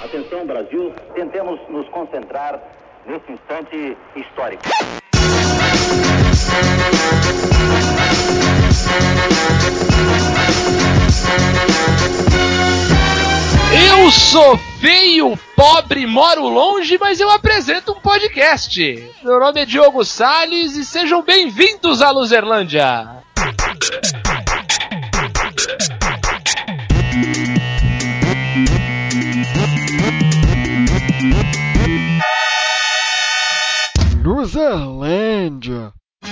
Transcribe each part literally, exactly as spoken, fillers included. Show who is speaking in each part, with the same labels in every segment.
Speaker 1: Atenção, Brasil, tentemos nos concentrar nesse instante histórico.
Speaker 2: Eu sou feio, pobre, moro longe, mas eu apresento um podcast. Meu nome é Diogo Salles e sejam bem-vindos à Luzerlândia.
Speaker 3: Luzerlândia.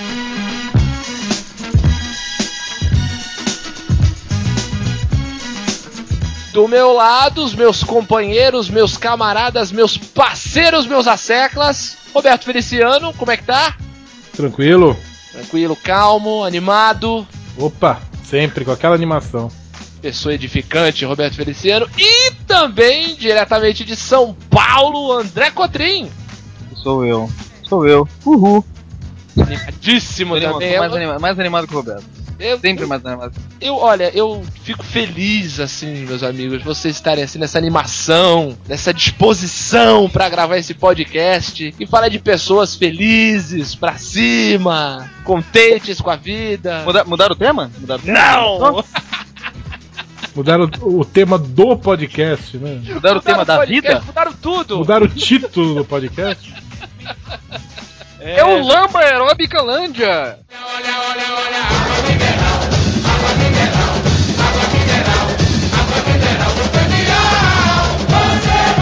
Speaker 2: Do meu lado, os meus companheiros, meus camaradas, meus parceiros, meus asseclas. Roberto Feliciano, como é que tá?
Speaker 4: Tranquilo?
Speaker 2: Tranquilo, calmo, animado.
Speaker 4: Opa, sempre com aquela animação.
Speaker 2: Pessoa edificante, Roberto Feliciano. E também, diretamente de São Paulo, André Cotrim.
Speaker 5: Sou eu. Sou eu. Uhul.
Speaker 2: Animadíssimo
Speaker 5: Animado,
Speaker 2: também.
Speaker 5: mais, anima- mais animado que o Roberto.
Speaker 2: Eu,
Speaker 5: Sempre
Speaker 2: eu,
Speaker 5: mais animado.
Speaker 2: Eu, olha, eu fico feliz, assim, meus amigos, vocês estarem assim nessa animação, nessa disposição pra gravar esse podcast e falar de pessoas felizes, pra cima, contentes com a vida.
Speaker 5: Muda, mudaram o tema? Mudaram o tema?
Speaker 2: Não!
Speaker 4: Mudaram o, o tema do podcast, né?
Speaker 5: Mudaram,
Speaker 2: Mudaram
Speaker 5: o tema da
Speaker 2: podcast,
Speaker 5: vida?
Speaker 2: Mudaram tudo!
Speaker 4: Mudaram o título do podcast.
Speaker 5: É,
Speaker 3: É o Lamba Aerobicalândia.
Speaker 2: Olha, olha, olha, água mineral, água mineral, água mineral, água mineral do Penial, você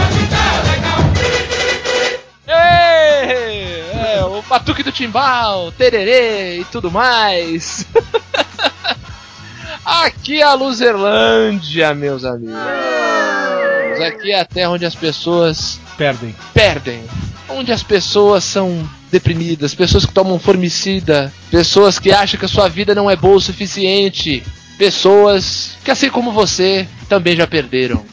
Speaker 2: vai ficar legal. Ei, é, o batuque do timbal, tererê e tudo mais. Aqui é a Luzerlândia, meus amigos. Aqui é a terra onde as pessoas
Speaker 4: Perdem.
Speaker 2: perdem. Onde as pessoas são deprimidas, pessoas que tomam formicida, pessoas que acham que a sua vida não é boa o suficiente, pessoas que, assim como você, também já perderam.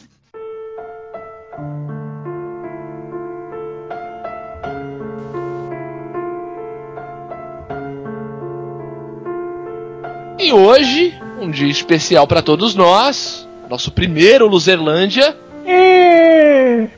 Speaker 2: E hoje, um dia especial para todos nós, nosso primeiro Luzerlândia. É!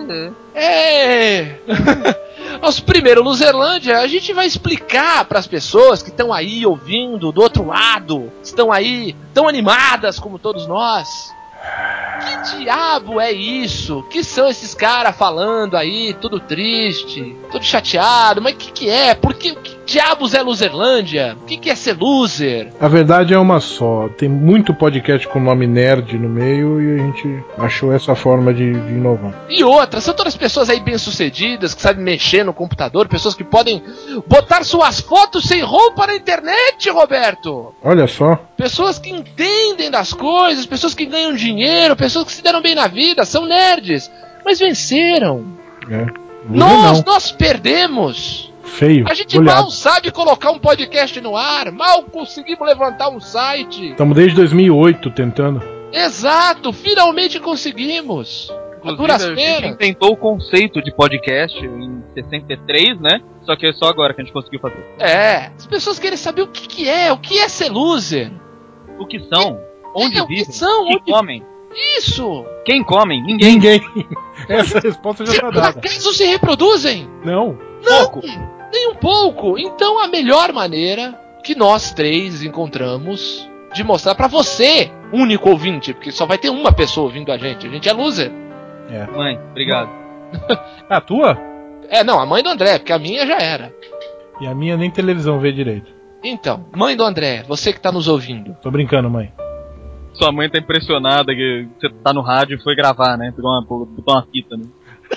Speaker 2: É! Nosso primeiro Luzerlândia, a gente vai explicar para as pessoas que estão aí ouvindo do outro lado, estão aí tão animadas como todos nós. Que diabo é isso? Que são esses caras falando aí, tudo triste, tudo chateado? Mas o que que é? Por que, que diabos é Luzerlândia? O que que é ser loser?
Speaker 4: A verdade é uma só. Tem muito podcast com nome nerd no meio e a gente achou essa forma de, de inovar.
Speaker 2: E outra, são todas pessoas aí bem-sucedidas, que sabem mexer no computador, pessoas que podem botar suas fotos sem roupa na internet, Roberto!
Speaker 4: Olha só.
Speaker 2: Pessoas que entendem das coisas, pessoas que ganham dinheiro, pessoas que se deram bem na vida, são nerds, mas venceram.
Speaker 4: É.
Speaker 2: Nós,
Speaker 4: não.
Speaker 2: nós perdemos.
Speaker 4: Feio.
Speaker 2: A gente
Speaker 4: Olhado.
Speaker 2: mal sabe colocar um podcast no ar, mal conseguimos levantar um site.
Speaker 4: Estamos desde dois mil e oito tentando.
Speaker 2: Exato, finalmente conseguimos. A duras
Speaker 5: Inclusive, a gente
Speaker 2: penas.
Speaker 5: inventou o conceito de podcast em sessenta e três, né? Só que é só agora que a gente conseguiu fazer.
Speaker 2: É, as pessoas querem saber o que, que é, o que é ser loser.
Speaker 5: O que são? Onde
Speaker 2: É, o que
Speaker 5: vivem?
Speaker 2: são?
Speaker 5: O que
Speaker 2: Onde-
Speaker 5: comem?
Speaker 2: Isso!
Speaker 5: Quem come? Ninguém.
Speaker 4: Ninguém. Essa resposta já
Speaker 2: Se
Speaker 4: tá
Speaker 2: por
Speaker 4: dada.
Speaker 2: acaso se reproduzem?
Speaker 4: Não.
Speaker 5: Pouco.
Speaker 2: Nem um pouco. Então a melhor maneira que nós três encontramos de mostrar pra você, único ouvinte, porque só vai ter uma pessoa ouvindo a gente, a gente é loser.
Speaker 4: É.
Speaker 5: Mãe, obrigado.
Speaker 4: A tua?
Speaker 2: É, não, a mãe do André, porque a minha já era.
Speaker 4: E a minha nem televisão vê direito.
Speaker 2: Então, mãe do André, você que tá nos ouvindo.
Speaker 4: Tô brincando, mãe.
Speaker 5: Sua mãe tá impressionada que você tá no rádio e foi gravar, né? Pegou uma, botou uma fita, né?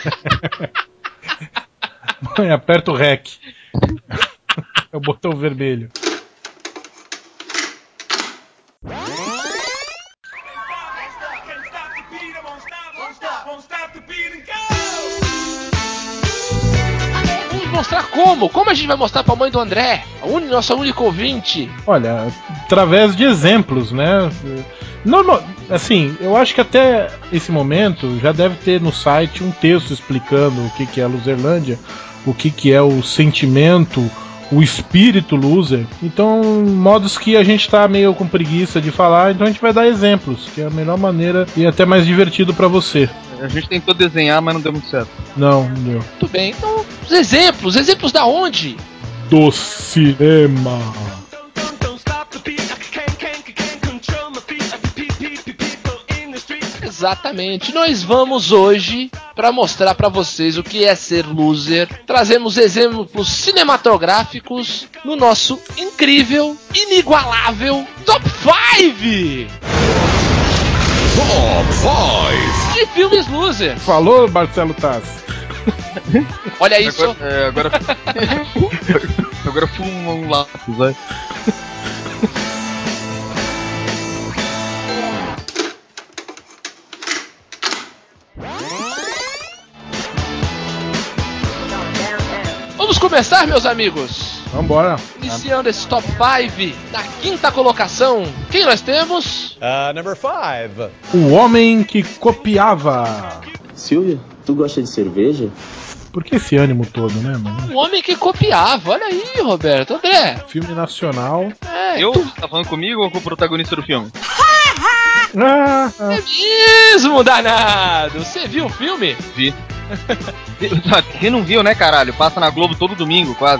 Speaker 4: Mãe, aperta o rec. É o botão vermelho.
Speaker 2: Vamos mostrar como? Como a gente vai mostrar pra mãe do André? A un... nossa única ouvinte.
Speaker 4: Olha, através de exemplos, né? Normal, assim, eu acho que até esse momento já deve ter no site um texto explicando o que, que é a Luzerlândia, o que, que é o sentimento, o espírito loser. Então, modos que a gente tá meio com preguiça de falar, então a gente vai dar exemplos, que é a melhor maneira e até mais divertido pra você.
Speaker 5: A gente tentou desenhar, mas não deu muito certo.
Speaker 4: Não, não deu.
Speaker 2: Muito bem, então, os exemplos. Exemplos da onde?
Speaker 4: Do cinema.
Speaker 2: Exatamente. Nós vamos hoje, para mostrar para vocês o que é ser loser, trazemos exemplos cinematográficos no nosso incrível, inigualável Top cinco
Speaker 6: Top cinco
Speaker 2: de filmes loser.
Speaker 4: Falou, Marcelo Taz.
Speaker 2: Olha isso.
Speaker 5: Agora, é, agora, agora fuma um lápis, vai.
Speaker 2: Vamos começar, meus amigos.
Speaker 4: Vambora.
Speaker 2: Iniciando esse top cinco, na quinta colocação, quem nós temos?
Speaker 6: Uh, number five.
Speaker 4: O Homem que Copiava.
Speaker 7: Silvia, tu gosta de cerveja?
Speaker 4: Por que esse ânimo todo, né, mano?
Speaker 2: O Homem que Copiava. Olha aí, Roberto. André.
Speaker 4: Filme nacional.
Speaker 2: É,
Speaker 5: Eu?
Speaker 2: tu-
Speaker 5: Você tá falando comigo ou com o protagonista do filme?
Speaker 4: Ah, ah.
Speaker 2: É mesmo, danado. Você viu o filme?
Speaker 5: Vi. Quem não viu, né, caralho? Passa na Globo todo domingo, quase.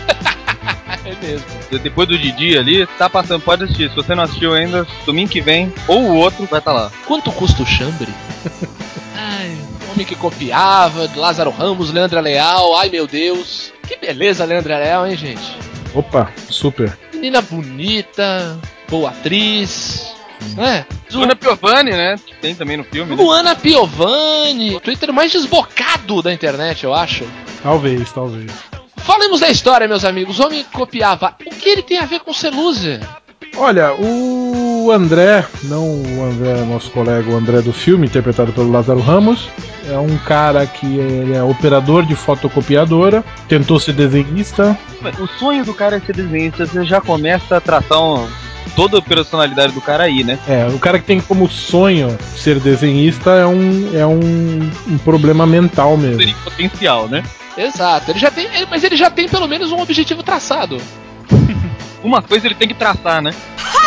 Speaker 2: É mesmo.
Speaker 5: De- Depois do Didi ali, tá passando, pode assistir. Se você não assistiu ainda, domingo que vem, ou o outro, vai estar lá.
Speaker 2: Quanto custa o chambre? Ai, o Homem que Copiava, Lázaro Ramos, Leandra Leal. Ai, meu Deus. Que beleza, Leandra Leal, hein, gente?
Speaker 4: Opa, super.
Speaker 2: Menina bonita, boa atriz. É.
Speaker 5: Luana Piovani, né? Tem também no filme, né?
Speaker 2: Luana Piovani, o Twitter mais desbocado da internet, eu acho.
Speaker 4: Talvez, talvez.
Speaker 2: Falemos da história, meus amigos. O Homem que Copiava. O que ele tem a ver com ser loser?
Speaker 4: Olha, o André, não o André, nosso colega, o André do filme, interpretado pelo Lázaro Ramos, é um cara que ele é operador de fotocopiadora, tentou ser desenhista.
Speaker 5: O sonho do cara é ser desenhista, você já começa a tratar um, toda a personalidade do cara aí, né?
Speaker 4: É, o cara que tem como sonho ser desenhista é um, é um, um problema mental mesmo.
Speaker 5: Seria potencial, né?
Speaker 2: Exato. Ele já tem, ele- mas ele já tem pelo menos um objetivo traçado.
Speaker 5: Uma coisa ele tem que traçar, né?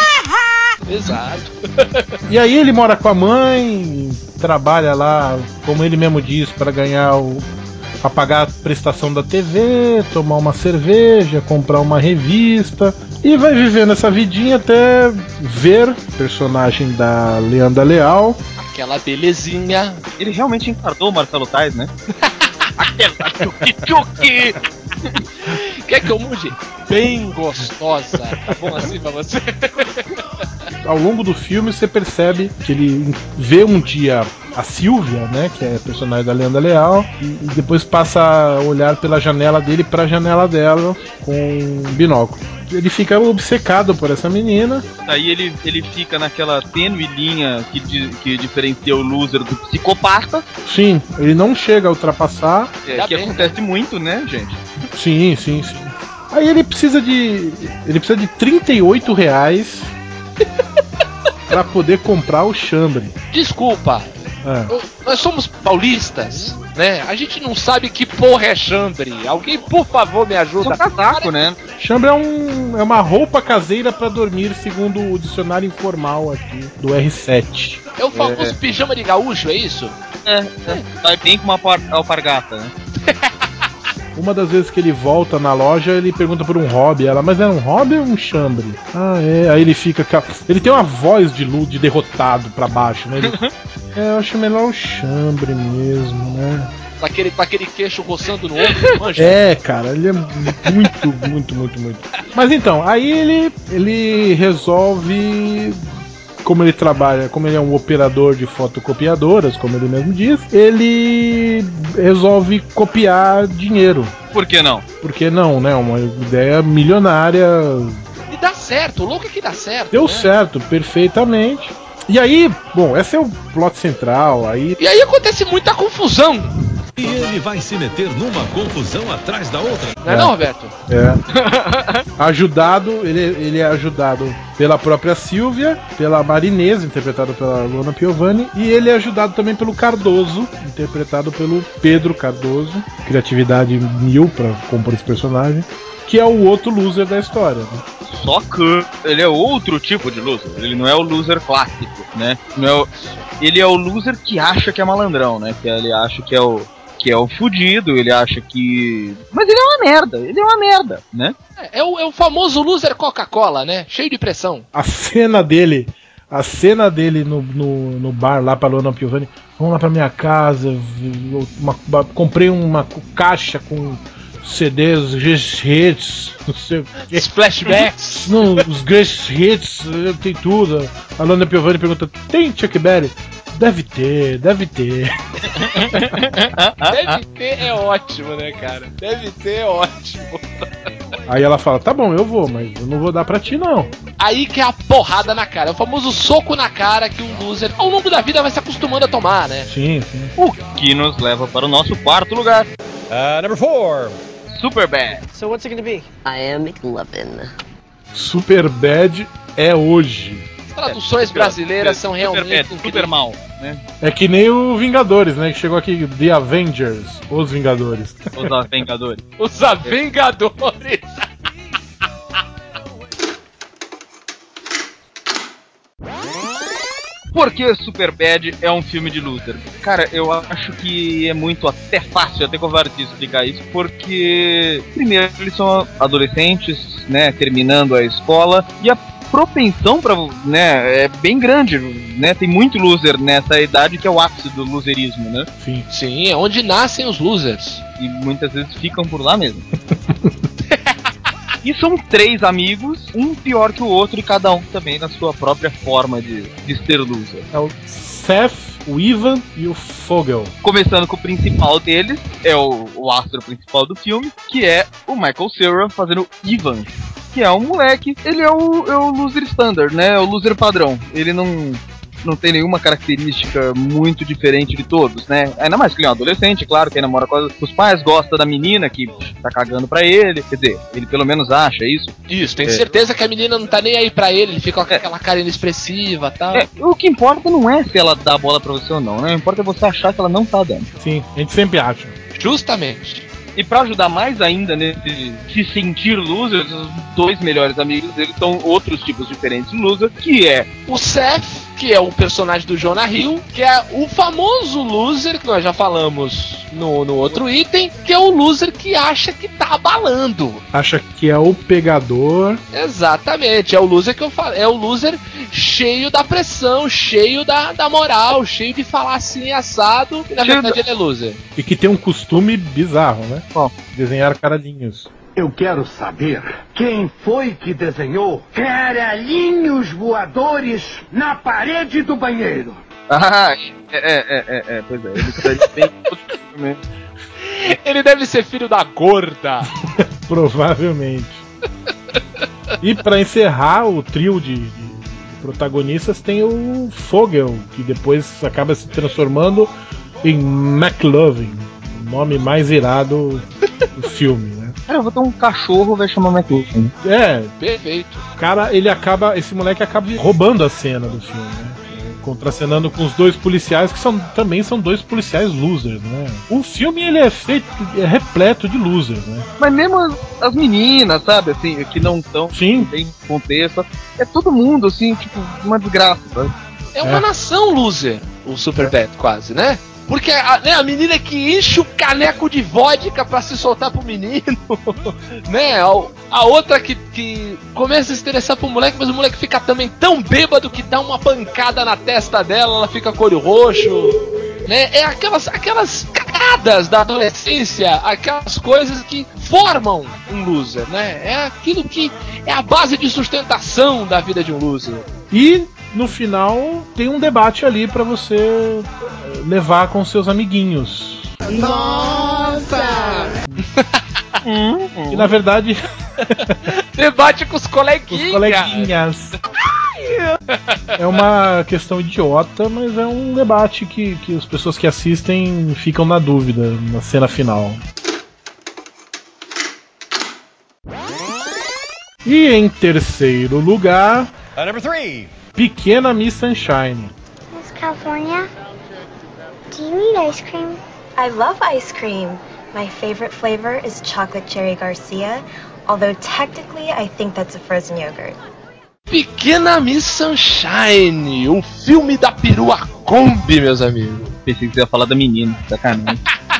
Speaker 2: Exato.
Speaker 4: E aí ele mora com a mãe, trabalha lá, como ele mesmo diz, para ganhar o. Pra pagar a prestação da T V, tomar uma cerveja, comprar uma revista. E vai vivendo essa vidinha até ver o personagem da Leandra Leal.
Speaker 2: Aquela belezinha.
Speaker 5: Ele realmente encarnou o Marcelo Tais, né? Aquela tchuki-tchuki!
Speaker 2: Quer que eu mude? Bem gostosa. Tá bom assim pra você?
Speaker 4: Ao longo do filme você percebe que ele vê um dia a Silvia, né, que é a personagem da Leandra Leal, e, e depois passa a olhar pela janela dele para a janela dela com um binóculo. Ele fica obcecado por essa menina.
Speaker 5: Aí ele, ele fica naquela tênue linha que, di- que diferencia o loser do psicopata,
Speaker 4: Sim, ele não chega a ultrapassar.
Speaker 5: é,
Speaker 2: Ainda
Speaker 5: que
Speaker 2: bem.
Speaker 5: acontece muito, né, gente?
Speaker 4: Sim, sim, sim. Aí ele precisa de. Ele precisa de trinta e oito reais para poder comprar o chambre.
Speaker 2: Desculpa.
Speaker 4: É.
Speaker 2: eu- nós somos paulistas, né? A gente não sabe que porra é chambre. Alguém, por favor, me
Speaker 5: Isso é
Speaker 2: ajuda.
Speaker 5: um casaco, né?
Speaker 4: Chambre é, um, é uma roupa caseira para dormir, segundo o dicionário informal aqui do R sete.
Speaker 2: É o famoso pijama de gaúcho, é isso?
Speaker 5: É, é. Vai bem com uma par- alpargata, né?
Speaker 4: Uma das vezes que ele volta na loja, ele pergunta por um hobby. Ela, mas era um hobby ou um chambre? Ah, é. Aí ele fica. ca- Ele tem uma voz de lu- de derrotado pra baixo, né? Ele, é, eu acho melhor o chambre mesmo, né?
Speaker 2: Com aquele, com aquele queixo roçando no ombro, manja?
Speaker 4: É, cara, ele é muito, muito, muito, muito. Mas então, aí ele, ele resolve. Como ele trabalha, como ele é um operador de fotocopiadoras, como ele mesmo diz, ele resolve copiar dinheiro.
Speaker 5: Por que não?
Speaker 4: Por que não, né? Uma ideia milionária.
Speaker 2: E dá certo, o louco é que dá certo.
Speaker 4: Deu
Speaker 2: né?
Speaker 4: certo, perfeitamente. E aí, bom, esse é o plot central. Aí
Speaker 2: E aí acontece muita confusão,
Speaker 6: E ele vai se meter numa confusão atrás da outra.
Speaker 2: não é,
Speaker 4: É.
Speaker 2: não, Roberto?
Speaker 4: é ajudado, ele, ele é ajudado pela própria Silvia, pela Marinesa, interpretada pela Luana Piovani, e ele é ajudado também pelo Cardoso, interpretado pelo Pedro Cardoso. Criatividade mil pra compor esse personagem, que é o outro loser da história, né?
Speaker 5: Só que ele é outro tipo de loser. Ele não é o loser clássico, né? Não é o... ele é o loser que acha que é malandrão, né? Que ele acha que é o que é o fudido, ele acha que... Mas ele é uma merda, ele é uma merda, né?
Speaker 2: É, é, o, é o famoso loser Coca-Cola, né? Cheio de pressão.
Speaker 4: A cena dele, a cena dele no, no, no bar lá pra Luana Piovani, vamos lá pra minha casa, uma, uma, comprei uma caixa com C Ds, greatest hits, não sei o que.
Speaker 2: Os flashbacks.
Speaker 4: Não, os greatest hits, tem tudo. A Luana Piovani pergunta, tem Chuck Berry? Deve ter, deve ter.
Speaker 2: Deve ter é ótimo, né, cara? Deve ter é ótimo.
Speaker 4: Aí ela fala, tá bom, eu vou, mas eu não vou dar pra ti, não.
Speaker 2: Aí que é a porrada na cara. É o famoso soco na cara que um loser, ao longo da vida, vai se acostumando a tomar, né?
Speaker 4: Sim, sim.
Speaker 5: O que nos leva para o nosso quarto lugar.
Speaker 6: Uh, number four.
Speaker 5: Superbad.
Speaker 8: So what's it gonna be?
Speaker 9: I am McLovin.
Speaker 4: Superbad é hoje.
Speaker 2: As traduções brasileiras são realmente
Speaker 5: Super, super mal, né?
Speaker 4: É que nem o Vingadores, né? Que chegou aqui, The Avengers, Os Vingadores.
Speaker 5: Os Avengadores.
Speaker 2: Os Avengadores.
Speaker 5: Por que Superbad é um filme de loser? Cara, eu acho que é muito até fácil, até covarde explicar isso, porque primeiro eles são adolescentes, né, terminando a escola, e a propensão para, né, é bem grande, né? Tem muito loser nessa idade que é o ápice do loserismo, né?
Speaker 4: Sim.
Speaker 2: Sim, é onde nascem os losers.
Speaker 5: E muitas vezes ficam por lá mesmo. E são três amigos, um pior que o outro, e cada um também na sua própria forma de, de ser loser.
Speaker 4: É o Seth, o Ivan e o Fogel.
Speaker 5: Começando com o principal deles, é o, o astro principal do filme, que é o Michael Cera fazendo Ivan. Que é um moleque, ele é o, é o loser standard, né? É o loser padrão. Ele não, não tem nenhuma característica muito diferente de todos, né? Ainda mais que ele é um adolescente, claro, que ele namora com os pais, gosta da menina que tá cagando pra ele. Quer dizer, ele pelo menos acha isso.
Speaker 2: Isso, tem
Speaker 5: É.
Speaker 2: certeza que a menina não tá nem aí pra ele, ele fica com aquela cara inexpressiva e tal.
Speaker 5: É, o que importa não é se ela dá a bola pra você ou não, né? O que importa é você achar que ela não tá dando.
Speaker 4: Sim, a gente sempre acha.
Speaker 2: Justamente.
Speaker 5: E pra ajudar mais ainda nesse se sentir loser, os dois melhores amigos dele são outros tipos diferentes de loser, que é
Speaker 2: O Seth, que é o personagem do Jonah Hill, que é o famoso loser que nós já falamos no, no outro item, que é o loser que acha que tá abalando.
Speaker 4: Acha que é o pegador.
Speaker 2: Exatamente, é o loser que eu falo, é o loser cheio da pressão, cheio da, da moral, cheio de falar assim assado, e na
Speaker 5: Cheio
Speaker 2: verdade
Speaker 5: da-
Speaker 2: ele é loser.
Speaker 4: E que tem um costume bizarro, né?
Speaker 5: Qual?
Speaker 4: Desenhar caralhinhos.
Speaker 10: Eu quero saber quem foi que desenhou caralhinhos voadores na parede do banheiro.
Speaker 5: Ah, é, é, é, é, é pois é, ele tá bem todo filme.
Speaker 2: Ele deve ser filho da gorda.
Speaker 4: Provavelmente. E pra encerrar o trio de, de protagonistas tem o Fogel, que depois acaba se transformando em McLovin, o nome mais irado do filme, né?
Speaker 5: Cara, eu vou ter um cachorro, vai chamar McLovin.
Speaker 4: É,
Speaker 2: Perfeito.
Speaker 4: o cara, ele acaba, esse moleque acaba roubando a cena do filme, né? Contracenando com os dois policiais, que são, também são dois policiais losers, né? O filme, ele é feito, é repleto de losers, né?
Speaker 5: Mas mesmo as, as meninas, sabe, assim, que não estão
Speaker 4: Sim.
Speaker 5: bem contexto, é todo mundo, assim, tipo, uma desgraça, sabe?
Speaker 2: É uma
Speaker 4: É.
Speaker 2: nação loser, o Superbad, quase, né? Porque a, né, a menina que enche o caneco de vodka pra se soltar pro menino, né? A, a outra que, que começa a se interessar pro moleque, mas o moleque fica também tão bêbado que dá uma pancada na testa dela, ela fica com o olho roxo, né? É aquelas, aquelas cagadas da adolescência, aquelas coisas que formam um loser, né? É aquilo que é a base de sustentação da vida de um loser.
Speaker 4: E no final tem um debate ali pra você eh, levar com seus amiguinhos.
Speaker 10: Nossa!
Speaker 4: E na verdade,
Speaker 2: Debate com os
Speaker 4: os
Speaker 2: coleguinhas.
Speaker 4: coleguinhas. É uma questão idiota, mas é um debate que, que as pessoas que assistem ficam na dúvida na cena final. E em terceiro lugar,
Speaker 6: Uh, number three.
Speaker 4: Pequena Miss Sunshine.
Speaker 11: Miss California, do you eat ice cream?
Speaker 12: I love ice cream. My favorite flavor is chocolate cherry Garcia, although technically I think that's a frozen yogurt.
Speaker 2: Pequena Miss Sunshine, o filme da perua Kombi, meus amigos.
Speaker 5: Pensei que você ia falar da menina, sacanagem.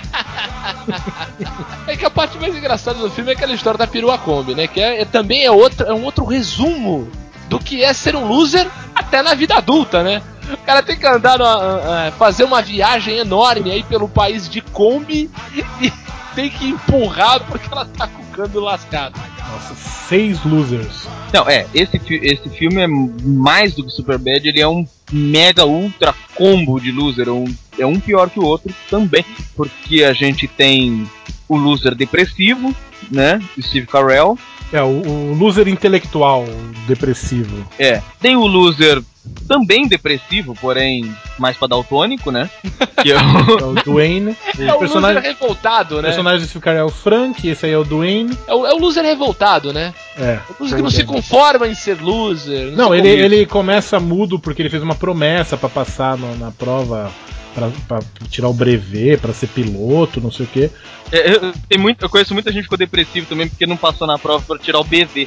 Speaker 2: É que a parte mais engraçada do filme é aquela história da perua Kombi, né? Que é, é, também é, outro, é um outro resumo do que é ser um loser até na vida adulta, né? O cara tem que andar, no, uh, uh, fazer uma viagem enorme aí pelo país de Kombi e tem que empurrar porque ela tá com o câmbio lascado.
Speaker 4: Nossa, seis losers.
Speaker 5: Não, é, esse, esse filme é mais do que Superbad, ele é um mega ultra combo de loser, um, é um pior que o outro também, porque a gente tem o loser depressivo, né, Steve Carell.
Speaker 4: É, o, o loser intelectual depressivo.
Speaker 5: É, tem o loser também depressivo, porém mais pra daltônico, né? Que é o,
Speaker 4: é o Dwayne.
Speaker 2: É o, o personagem loser revoltado, né?
Speaker 4: O personagem do Steve Carell é o Frank, esse aí é o Dwayne.
Speaker 2: É o, é o loser revoltado, né?
Speaker 4: É.
Speaker 2: O loser que não se conforma em ser loser.
Speaker 4: Não, não ele, ele começa mudo porque ele fez uma promessa pra passar no, na prova, pra, pra tirar o brevet, pra ser piloto, não sei o quê.
Speaker 5: É, eu, tem muito, eu conheço muita gente que ficou depressivo também porque não passou na prova pra tirar o B V.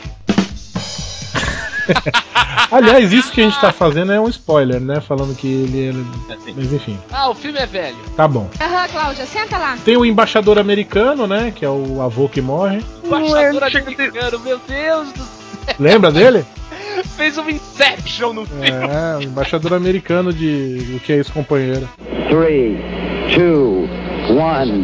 Speaker 4: Aliás, isso que a gente tá fazendo é um spoiler, né? Falando que ele é...
Speaker 5: é
Speaker 4: Mas enfim.
Speaker 2: Ah, o filme é velho.
Speaker 4: Tá bom.
Speaker 8: Aham, uhum, Cláudia, senta lá.
Speaker 4: Tem o embaixador americano, né? Que é o avô que morre.
Speaker 2: O embaixador americano, meu Deus do céu.
Speaker 4: Lembra dele?
Speaker 2: Fez um Inception no filme.
Speaker 4: É, o embaixador americano de O Que É Isso, Companheiro.
Speaker 1: three, two, one.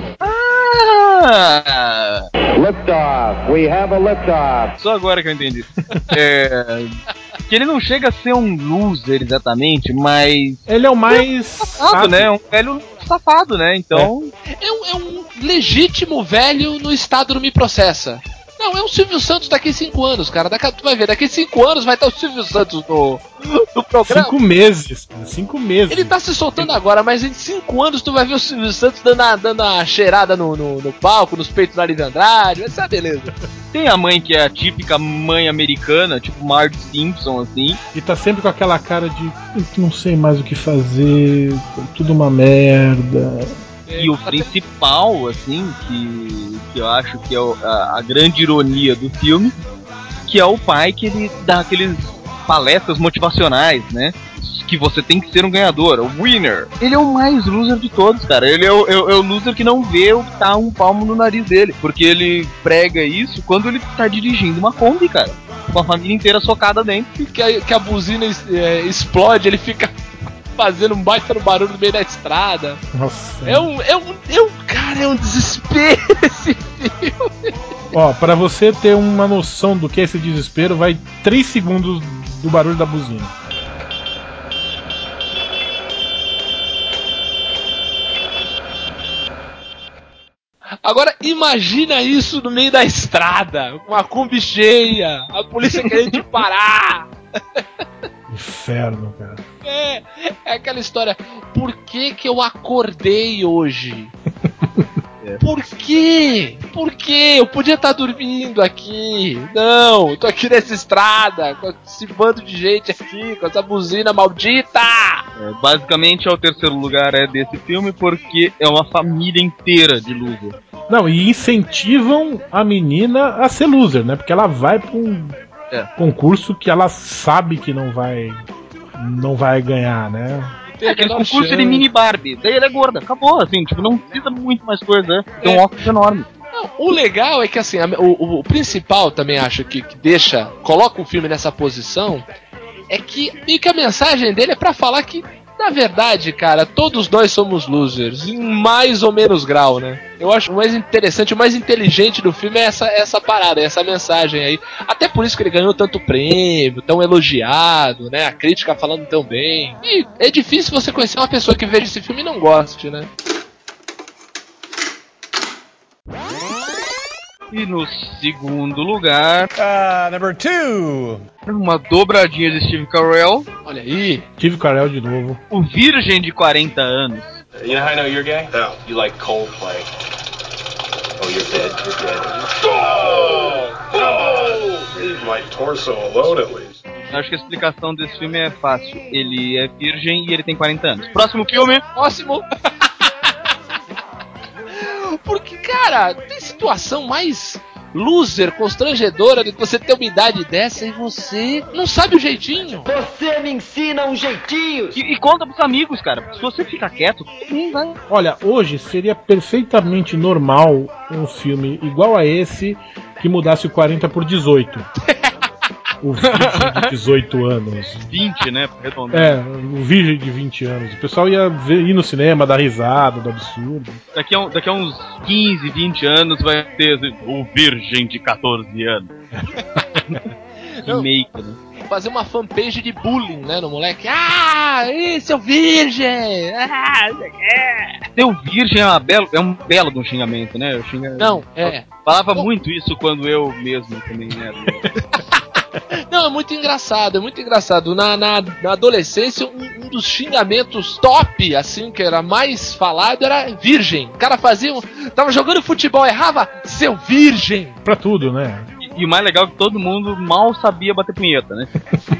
Speaker 5: Ah!
Speaker 1: Liftoff. We have a liftoff.
Speaker 5: Só agora que eu entendi. É... Que ele não chega a ser um loser exatamente, mas...
Speaker 4: Ele é o mais...
Speaker 5: Safado, né? Um velho safado, né? Então...
Speaker 2: É. É, um, é um legítimo velho no estado do Me Processa. Não, é um Silvio Santos daqui a cinco anos, cara. Daqui, tu vai ver, daqui a cinco anos vai estar o Silvio Santos no, no programa.
Speaker 4: Cinco meses, cinco meses.
Speaker 2: Ele tá se soltando agora, mas em cinco anos tu vai ver o Silvio Santos dando a, dando a cheirada no, no, no palco, nos peitos da Lívia Andrade, vai ser uma beleza.
Speaker 5: Tem a mãe que é a típica mãe americana, tipo Marge Simpson, assim.
Speaker 4: E tá sempre com aquela cara de não sei mais o que fazer, tudo uma merda.
Speaker 5: E o principal, assim, que, que eu acho que é o, a, a grande ironia do filme, que é o pai que ele dá aqueles palestras motivacionais, né? Que você tem que ser um ganhador, o winner. Ele é o mais loser de todos, cara. Ele é o, é, é o loser que não vê o que tá um palmo no nariz dele. Porque ele prega isso quando ele tá dirigindo uma Kombi, cara. Com a família inteira socada dentro.
Speaker 2: Que a, que a buzina é, explode, ele fica... fazendo um baita barulho no meio da estrada.
Speaker 4: Nossa.
Speaker 2: É um, é um, é um, cara, é um desespero esse filme.
Speaker 4: Ó, pra você ter uma noção do que é esse desespero, vai três segundos do barulho da buzina.
Speaker 2: Agora imagina isso no meio da estrada, com a Kombi cheia, a polícia querendo te parar.
Speaker 4: Inferno, cara.
Speaker 2: É, é aquela história. Por que que eu acordei hoje? É. Por quê? Por quê? Eu podia estar dormindo aqui. Não, eu tô aqui nessa estrada, com esse bando de gente aqui, com essa buzina maldita.
Speaker 5: É, basicamente é o terceiro lugar é desse filme porque é uma família inteira de loser.
Speaker 4: Não, e incentivam a menina a ser loser, né? Porque ela vai pra um é. concurso que ela sabe que não vai não vai ganhar, né?
Speaker 5: É aquele concurso chance. de mini Barbie, daí ela é gorda, acabou, assim, tipo, não precisa muito mais coisa, né? Tem um
Speaker 2: é.
Speaker 5: óculos enorme.
Speaker 2: Não, o legal é que assim, a, o, o principal também acho que, que deixa, coloca o filme nessa posição, é que meio que a mensagem dele é pra falar que, na verdade, cara, todos nós somos losers, em mais ou menos grau, né? Eu acho o mais interessante, o mais inteligente do filme é essa, essa parada, essa mensagem aí. Até por isso que ele ganhou tanto prêmio, tão elogiado, né? A crítica falando tão bem. E é difícil você conhecer uma pessoa que veja esse filme e não goste, né?
Speaker 5: E no segundo lugar,
Speaker 9: uh, number two,
Speaker 5: uma dobradinha de Steve Carell.
Speaker 2: Olha aí,
Speaker 4: Steve Carell de novo.
Speaker 5: O virgem de quarenta anos.
Speaker 13: You know how I know you're gay?
Speaker 14: No.
Speaker 13: You like Coldplay. Oh, you're dead. You're dead.
Speaker 14: Oh! Oh! Leave my torso alone, at least.
Speaker 5: Acho que a explicação desse filme é fácil. Ele é virgem e ele tem quarenta anos. Próximo filme.
Speaker 2: Próximo. Porque, cara, tem situação mais loser, constrangedora de você ter uma idade dessa e você não sabe o jeitinho.
Speaker 8: Você me ensina um jeitinho.
Speaker 5: E, e conta pros amigos, cara. Se você ficar quieto, tudo bem, vai.
Speaker 4: Olha, hoje seria perfeitamente normal um filme igual a esse que mudasse o quarenta por dezoito. O virgem de dezoito anos.
Speaker 5: vinte, né? Redondo.
Speaker 4: É, o virgem de vinte anos. O pessoal ia ver, ir no cinema, dar risada do absurdo.
Speaker 5: Daqui a, um, daqui a uns quinze, vinte anos vai ter o virgem de catorze anos. Remake, né?
Speaker 2: Fazer uma fanpage de bullying, né, no moleque. Ah, esse é o virgem! Ah, é.
Speaker 5: Ser o virgem é, uma belo, é um belo de um xingamento, né? Eu xinga...
Speaker 2: Não, é.
Speaker 5: Eu falava oh. muito isso quando eu mesmo também era.
Speaker 2: Não, é muito engraçado, é muito engraçado. Na, na, na adolescência, um, um dos xingamentos top, assim, que era mais falado, era virgem. O cara fazia um, tava jogando futebol, errava, seu virgem!
Speaker 4: Pra tudo, né?
Speaker 5: E, e o mais legal é que todo mundo mal sabia bater punheta, né?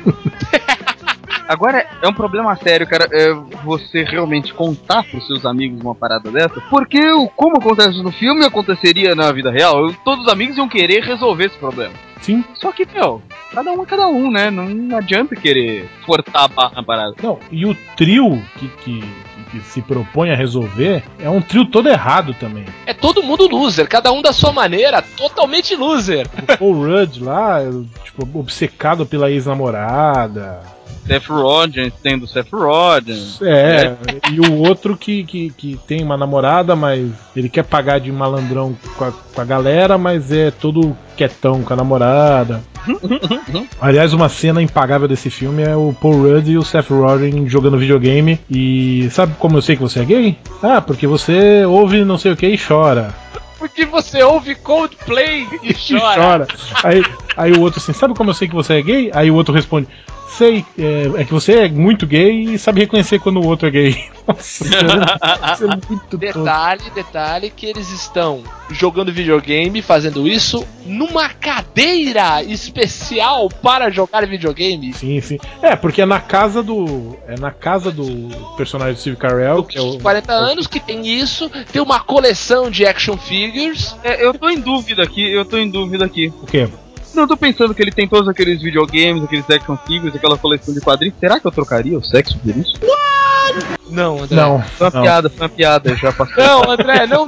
Speaker 5: Agora, é um problema sério, cara, é você realmente contar pros seus amigos uma parada dessa, porque como acontece no filme, aconteceria na vida real, todos os amigos iam querer resolver esse problema.
Speaker 4: Sim.
Speaker 5: Só que, meu, cada um é cada um, né? Não adianta querer forçar a barra na parada.
Speaker 4: Não, e o trio que, que, que se propõe a resolver é um trio todo errado também.
Speaker 2: É todo mundo loser, cada um da sua maneira, totalmente loser.
Speaker 4: O Paul Rudd lá, tipo, obcecado pela ex-namorada.
Speaker 5: Seth Rogen, tendo Seth Rogen.
Speaker 4: É, é, e o outro que, que, que tem uma namorada, mas ele quer pagar de malandrão com a, com a galera, mas é todo quietão com a namorada. Aliás, uma cena impagável desse filme é o Paul Rudd e o Seth Rogen jogando videogame. E sabe como eu sei que você é gay? Ah, porque você ouve não sei o que e chora.
Speaker 2: Porque você ouve Coldplay e chora.
Speaker 4: E chora. Aí, aí o outro assim, sabe como eu sei que você é gay? Aí o outro responde, sei, é, é que você é muito gay e sabe reconhecer quando o outro é gay. Nossa, isso é muito
Speaker 2: detalhe, todo. detalhe que eles estão jogando videogame, fazendo isso numa cadeira especial para jogar videogame.
Speaker 4: Sim, sim. É, porque é na casa do é na casa do personagem de Steve Carell,
Speaker 2: do
Speaker 4: que é o
Speaker 2: quarenta anos que tem isso, tem uma coleção de action figures.
Speaker 5: É, eu tô em dúvida aqui, eu tô em dúvida aqui.
Speaker 4: O quê?
Speaker 5: Não, eu tô pensando que ele tem todos aqueles videogames, aqueles action figures, aquela coleção de quadrinhos. Será que eu trocaria o sexo por isso?
Speaker 2: What? Não, André.
Speaker 4: Não,
Speaker 5: foi uma
Speaker 4: não.
Speaker 5: piada, foi uma piada, já passou.
Speaker 2: Não, André, não.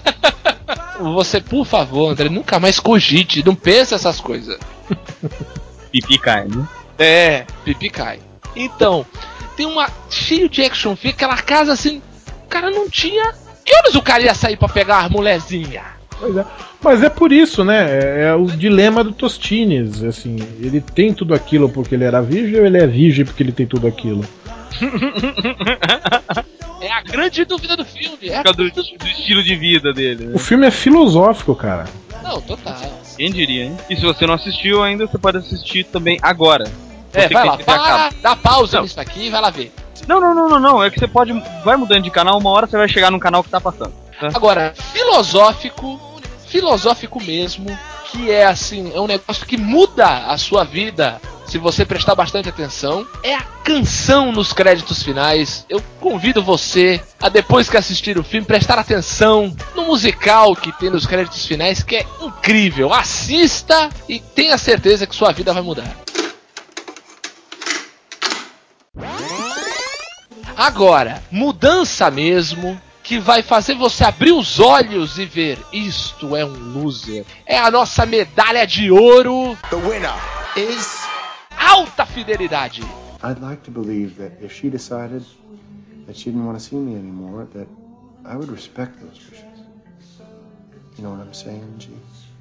Speaker 2: Você, por favor, André, nunca mais cogite, não pensa essas coisas.
Speaker 5: Pipi cai, né?
Speaker 2: É, pipi cai. Então, tem uma cheio de action figure, aquela casa assim, o cara não tinha. Que horas o cara ia sair pra pegar as mulherzinhas?
Speaker 4: Pois é. Mas é por isso, né? É, é o dilema do Tostines. Assim, ele tem tudo aquilo porque ele era virgem ou ele é virgem porque ele tem tudo aquilo?
Speaker 2: É a grande dúvida do filme. É
Speaker 5: do, do estilo de vida dele. Né?
Speaker 4: O filme é filosófico, cara.
Speaker 2: Não, total.
Speaker 5: Quem diria, hein? E se você não assistiu ainda, você pode assistir também agora.
Speaker 2: É, vai lá, para, dá pausa não. nisso aqui e vai lá ver.
Speaker 5: Não, não, não, não, não. É que você pode. Vai mudando de canal, uma hora você vai chegar num canal que tá passando. Né?
Speaker 2: Agora, filosófico. Filosófico mesmo, que é assim, é um negócio que muda a sua vida se você prestar bastante atenção, é a canção nos créditos finais. Eu convido você a, depois que assistir o filme, prestar atenção no musical que tem nos créditos finais, que é incrível. Assista e tenha certeza que sua vida vai mudar. Agora, mudança mesmo, que vai fazer você abrir os olhos e ver, isto é um loser. É a nossa medalha de ouro.
Speaker 15: The winner is
Speaker 2: Alta Fidelidade.
Speaker 16: I'd like to believe that if she decided that she didn't want to see me anymore, that I would respect those wishes. You know what I'm saying, G?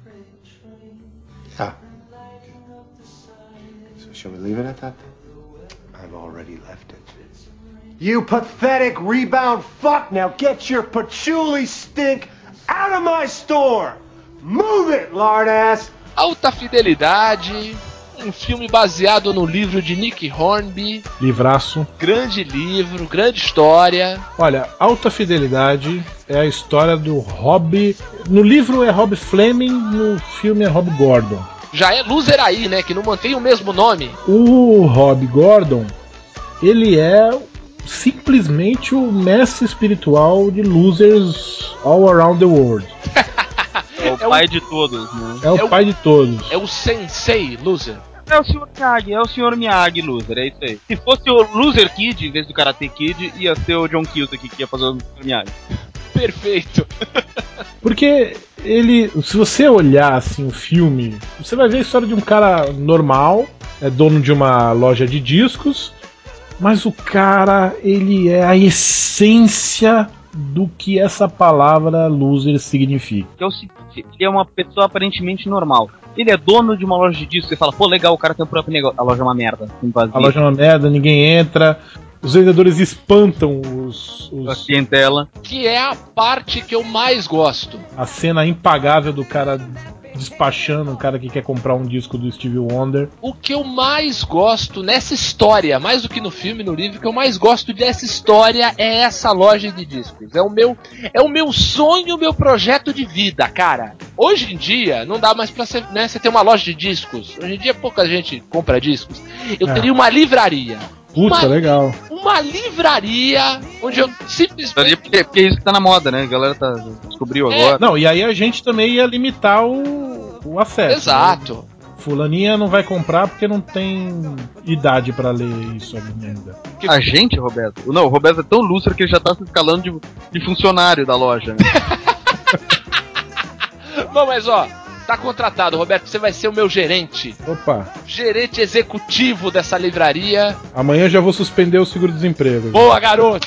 Speaker 16: Yeah. Okay. So shall we leave it at that? I've already left it.
Speaker 10: You pathetic rebound fuck! Now get your patchouli stink out of my store! Move it, lard ass!
Speaker 2: Alta Fidelidade, um filme baseado no livro de Nick Hornby.
Speaker 4: Livraço.
Speaker 2: Grande livro, grande história.
Speaker 4: Olha, Alta Fidelidade é a história do Rob. No livro é Rob Fleming, no filme é Rob Gordon.
Speaker 2: Já é loser aí, né? Que não mantém o mesmo nome.
Speaker 4: O Rob Gordon, ele é simplesmente o mestre espiritual de losers all around the world.
Speaker 5: É o é o pai de todos, né?
Speaker 4: É o, é o pai de todos.
Speaker 2: É o Sensei Loser.
Speaker 5: É o senhor Miyagi, é o senhor Miyagi Loser, é isso aí. Se fosse o Loser Kid, em vez do Karate Kid, ia ser o John Cusack que ia fazer o senhor Miyagi.
Speaker 2: Perfeito.
Speaker 4: Porque ele, se você olhar assim o filme, você vai ver a história de um cara normal, é dono de uma loja de discos, mas o cara, ele é a essência do que essa palavra loser significa.
Speaker 5: É o seguinte, ele é uma pessoa aparentemente normal. Ele é dono de uma loja de discos, você fala, pô, legal, o cara tem o próprio negócio. A loja é uma merda.
Speaker 4: A loja é uma merda, ninguém entra. Os vendedores espantam os, os...
Speaker 5: a clientela.
Speaker 2: Que é a parte que eu mais gosto.
Speaker 4: A cena impagável do cara despachando um cara que quer comprar um disco do Stevie Wonder.
Speaker 2: O que eu mais gosto nessa história, mais do que no filme, no livro, o que eu mais gosto dessa história é essa loja de discos. É o meu, é o meu sonho, o meu projeto de vida, cara. Hoje em dia, não dá mais pra você, né, você ter uma loja de discos. Hoje em dia, pouca gente compra discos. Eu é. teria uma livraria.
Speaker 4: Puta, uma, legal.
Speaker 2: Uma livraria onde eu simplesmente...
Speaker 5: Porque, porque isso que tá na moda, né? A galera tá, descobriu é. agora.
Speaker 4: Não, e aí a gente também ia limitar o, o acesso.
Speaker 2: Exato.
Speaker 4: Né? Fulaninha não vai comprar porque não tem idade pra ler isso ainda.
Speaker 5: A gente, Roberto? Não, o Roberto é tão lúcido que ele já tá se escalando de, de funcionário da loja, né?
Speaker 2: Bom, mas ó... Tá contratado, Roberto, você vai ser o meu gerente.
Speaker 4: Opa.
Speaker 2: Gerente executivo dessa livraria.
Speaker 4: Amanhã já vou suspender o seguro-desemprego.
Speaker 2: Boa, garoto.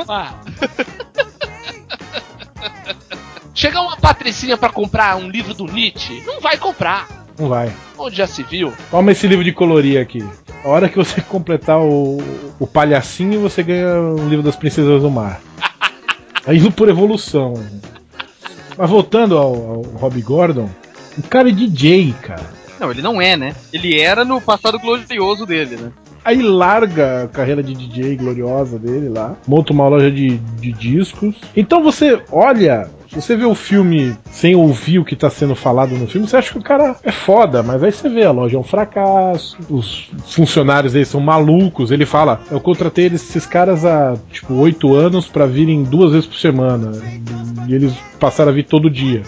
Speaker 2: Chegar uma patricinha pra comprar um livro do Nietzsche, não vai comprar.
Speaker 4: Não vai.
Speaker 2: Onde já se viu?
Speaker 4: Toma esse livro de colorir aqui. A hora que você completar o, o palhacinho, você ganha o livro das Princesas do Mar. Aí indo por evolução. Mas voltando ao, ao Rob Gordon, o cara é D J, cara.
Speaker 5: Não, ele não é, né? Ele era no passado glorioso dele, né?
Speaker 4: Aí larga a carreira de D J gloriosa dele lá, monta uma loja de, de discos. Então você olha, você vê o filme sem ouvir o que tá sendo falado no filme, você acha que o cara é foda, mas aí você vê, a loja é um fracasso, os funcionários dele são malucos. Ele fala, eu contratei esses caras há, tipo, oito anos pra virem duas vezes por semana. E eles passaram a vir todo dia.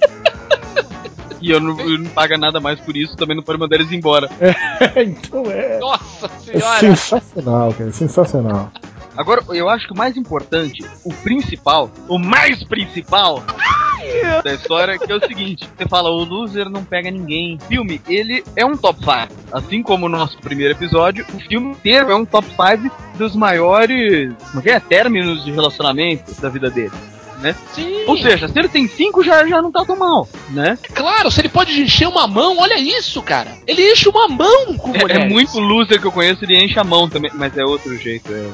Speaker 5: E eu não, eu não pago nada mais por isso, também não pode mandar eles embora.
Speaker 4: É, então é.
Speaker 2: Nossa senhora!
Speaker 4: É sensacional, cara, sensacional.
Speaker 5: Agora, eu acho que o mais importante, o principal, o mais principal da história é que é o seguinte: você fala, o loser não pega ninguém. O filme, ele é um top cinco. Assim como o nosso primeiro episódio, o filme inteiro é um top cinco dos maiores, como é, términos de relacionamento da vida dele. Né?
Speaker 2: Sim.
Speaker 5: Ou seja, se ele tem cinco, já, já não tá tão mal, né?
Speaker 2: É claro, se ele pode encher uma mão, olha isso, cara. Ele enche uma mão com
Speaker 5: é,
Speaker 2: mulheres.
Speaker 5: É muito loser que eu conheço, ele enche a mão também, mas é outro jeito, é.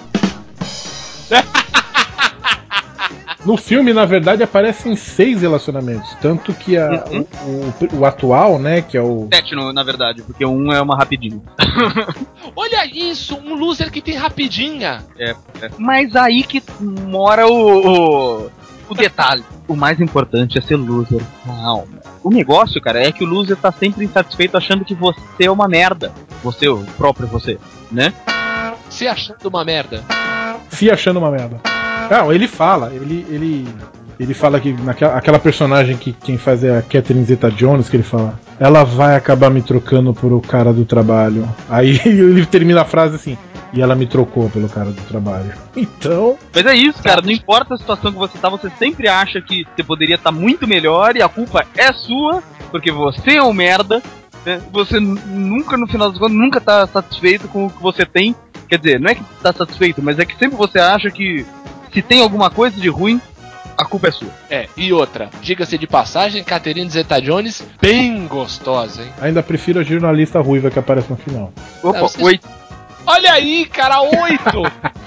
Speaker 4: No filme, na verdade, aparecem seis relacionamentos. Tanto que a, uhum. o, o, o atual, né, que é o...
Speaker 5: Sete, na verdade, porque um é uma rapidinha.
Speaker 2: Olha isso, um loser que tem rapidinha.
Speaker 5: É, é. Mas aí que mora o, o, o detalhe. O mais importante é ser loser. Não. O negócio, cara, é que o loser tá sempre insatisfeito achando que você é uma merda. Você, o próprio você, né?
Speaker 2: Se achando uma merda.
Speaker 4: Se achando uma merda. Não, ele fala, ele, ele, ele fala que naquela aquela personagem que quem faz é a Catherine Zeta-Jones, que ele fala, ela vai acabar me trocando por o cara do trabalho. Aí ele termina a frase assim, e ela me trocou pelo cara do trabalho. Então...
Speaker 5: Mas é isso, cara, não importa a situação que você tá, você sempre acha que você poderia estar muito melhor e a culpa é sua, porque você é um merda, né? Você nunca, no final das contas, nunca tá satisfeito com o que você tem. Quer dizer, não é que tá satisfeito, mas é que sempre você acha que se tem alguma coisa de ruim, a culpa é sua.
Speaker 2: É, e outra, diga-se de passagem, Catherine Zeta-Jones, bem gostosa, hein?
Speaker 4: Ainda prefiro a jornalista ruiva que aparece no final.
Speaker 5: Opa, não, vocês... oito.
Speaker 2: Olha aí, cara, oito!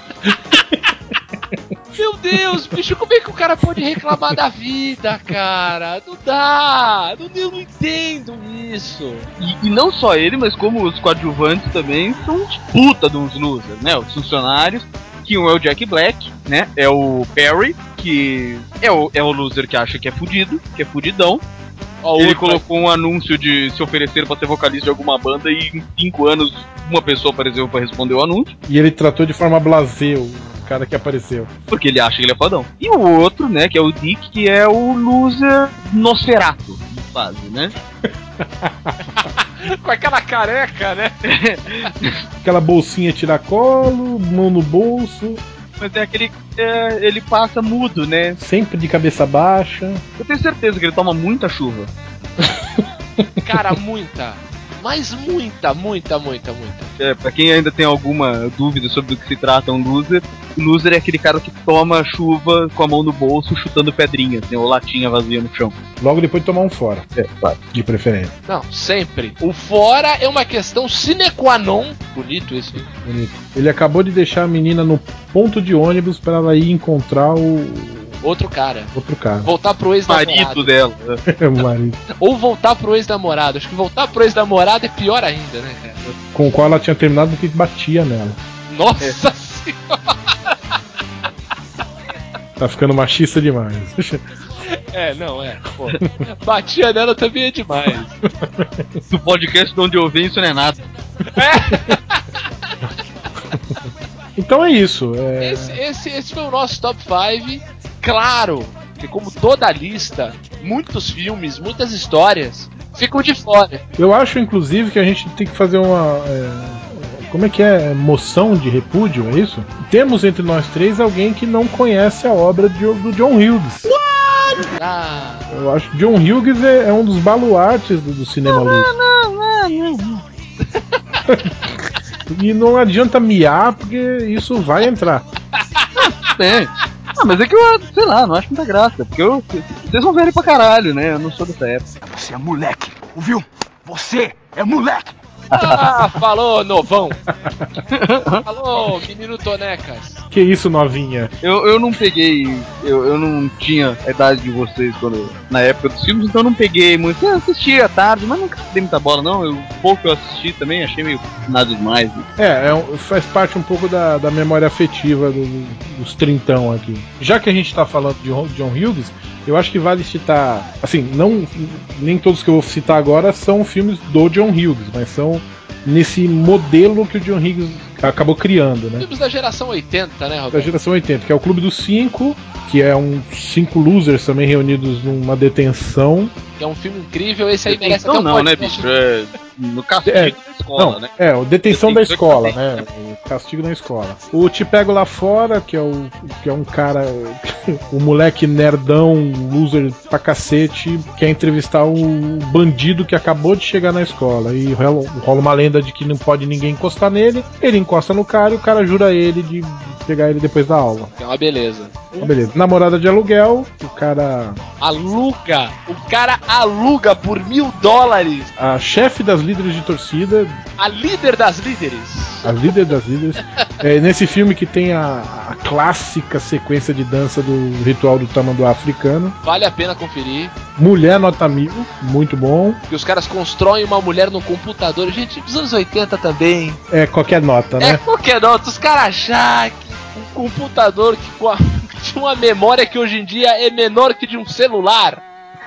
Speaker 2: Meu Deus, bicho, como é que o cara pode reclamar da vida, cara? Não dá, não, eu não entendo isso.
Speaker 5: E, e não só ele, mas como os coadjuvantes também são de puta de uns losers, né? Os funcionários, que um é o Jack Black, né? É o Perry, que é o, é o loser que acha que é fudido, que é fudidão. Ó, ele colocou um anúncio de se oferecer pra ser vocalista de alguma banda e em cinco anos uma pessoa apareceu pra responder o anúncio.
Speaker 4: E ele tratou de forma blasé o cara que apareceu.
Speaker 5: Porque ele acha que ele é fodão. E o outro, né, que é o Dick, que é o loser Nosferatu. quase, né?
Speaker 2: Com aquela careca, né?
Speaker 4: Aquela bolsinha tiracolo, mão no bolso.
Speaker 5: Mas é aquele. É, ele passa mudo, né?
Speaker 4: Sempre de cabeça baixa.
Speaker 5: Eu tenho certeza que ele toma muita chuva.
Speaker 2: Cara, muita. Mas muita, muita, muita, muita.
Speaker 5: É, pra quem ainda tem alguma dúvida sobre o que se trata um loser, o loser é aquele cara que toma chuva com a mão no bolso, chutando pedrinhas, né, ou latinha vazia no chão.
Speaker 4: Logo depois de tomar um fora.
Speaker 5: É, claro.
Speaker 4: De preferência.
Speaker 2: Não, sempre. O fora é uma questão sine qua non. Bonito isso, hein?
Speaker 4: Bonito. Ele acabou de deixar a menina no ponto de ônibus pra ela ir encontrar o...
Speaker 2: Outro cara.
Speaker 4: Outro cara.
Speaker 2: Voltar pro ex-namorado.
Speaker 5: Marido dela.
Speaker 4: O marido.
Speaker 2: Ou voltar pro ex-namorado. Acho que voltar pro ex-namorado é pior ainda, né, cara?
Speaker 4: Com o qual ela tinha terminado porque batia nela.
Speaker 2: Nossa é. Senhora!
Speaker 4: Tá ficando machista demais.
Speaker 2: É, não, é. Pô, batia nela também é demais.
Speaker 5: No podcast de onde eu venho, isso não é nada.
Speaker 2: É.
Speaker 4: Então é isso. É...
Speaker 2: Esse, esse, esse foi o nosso top cinco. Claro que, como toda lista, muitos filmes, muitas histórias ficam de fora.
Speaker 4: Eu acho, inclusive, que a gente tem que fazer uma. É... Como é que é? Moção de repúdio, é isso? Temos entre nós três alguém que não conhece a obra de, do John Hughes.
Speaker 2: What? Ah.
Speaker 4: Eu acho que John Hughes é, é um dos baluartes do, do cinema luz. Não, não, não, não. E não adianta miar, porque isso vai entrar.
Speaker 5: Tem. Ah, mas é que eu, sei lá, não acho muita graça. Porque eu, vocês vão ver ele pra caralho, né? Eu não sou dessa época.
Speaker 17: Você é moleque, ouviu? Você é moleque!
Speaker 2: Ah, falou, novão. Falou, menino Tonecas.
Speaker 4: Que isso, novinha?
Speaker 5: Eu, eu não peguei, eu, eu não tinha a idade de vocês quando, na época dos filmes, então eu não peguei muito. Eu assistia à tarde, mas nunca dei muita bola, não. Eu, pouco eu assisti também, achei meio nada demais. Né?
Speaker 4: É, é um, faz parte um pouco da, da memória afetiva do, do, dos trintão aqui. Já que a gente tá falando de John Hughes, eu acho que vale citar, assim, não, nem todos que eu vou citar agora são filmes do John Hughes, mas são nesse modelo que o John Hughes acabou criando, né?
Speaker 2: Filmes da geração oitenta, né, Roberto?
Speaker 4: Da geração oitenta, que é o Clube dos Cinco, que é um cinco losers também reunidos numa detenção.
Speaker 2: Que é um filme incrível, esse aí merece
Speaker 5: até um
Speaker 2: não,
Speaker 5: não, né, bicho? É, no castigo
Speaker 4: é,
Speaker 5: da escola,
Speaker 4: não,
Speaker 5: né?
Speaker 4: É, o detenção da escola, né? O castigo na escola. O Te Pego Lá Fora, que é, o, que é um cara, o moleque nerdão, loser pra cacete, quer entrevistar um bandido que acabou de chegar na escola. E rola, rola uma lenda de que não pode ninguém encostar nele. Ele encosta no cara e o cara jura ele de pegar ele depois da aula.
Speaker 2: É uma beleza.
Speaker 4: Uma beleza. Namorada de aluguel, o cara...
Speaker 2: Aluga! O cara aluga por mil dólares!
Speaker 4: A chefe das líderes de torcida...
Speaker 2: A líder das líderes!
Speaker 4: A líder das líderes. É, nesse filme que tem a, a clássica sequência de dança do ritual do tamanduá africano.
Speaker 2: Vale a pena conferir.
Speaker 4: Mulher nota mil, muito bom.
Speaker 2: Que os caras constroem uma mulher no computador. Gente, dos anos oitenta também.
Speaker 4: É qualquer nota, né?
Speaker 2: É qualquer nota. Os caras acham que um computador que com a, tinha uma memória que hoje em dia é menor que de um celular.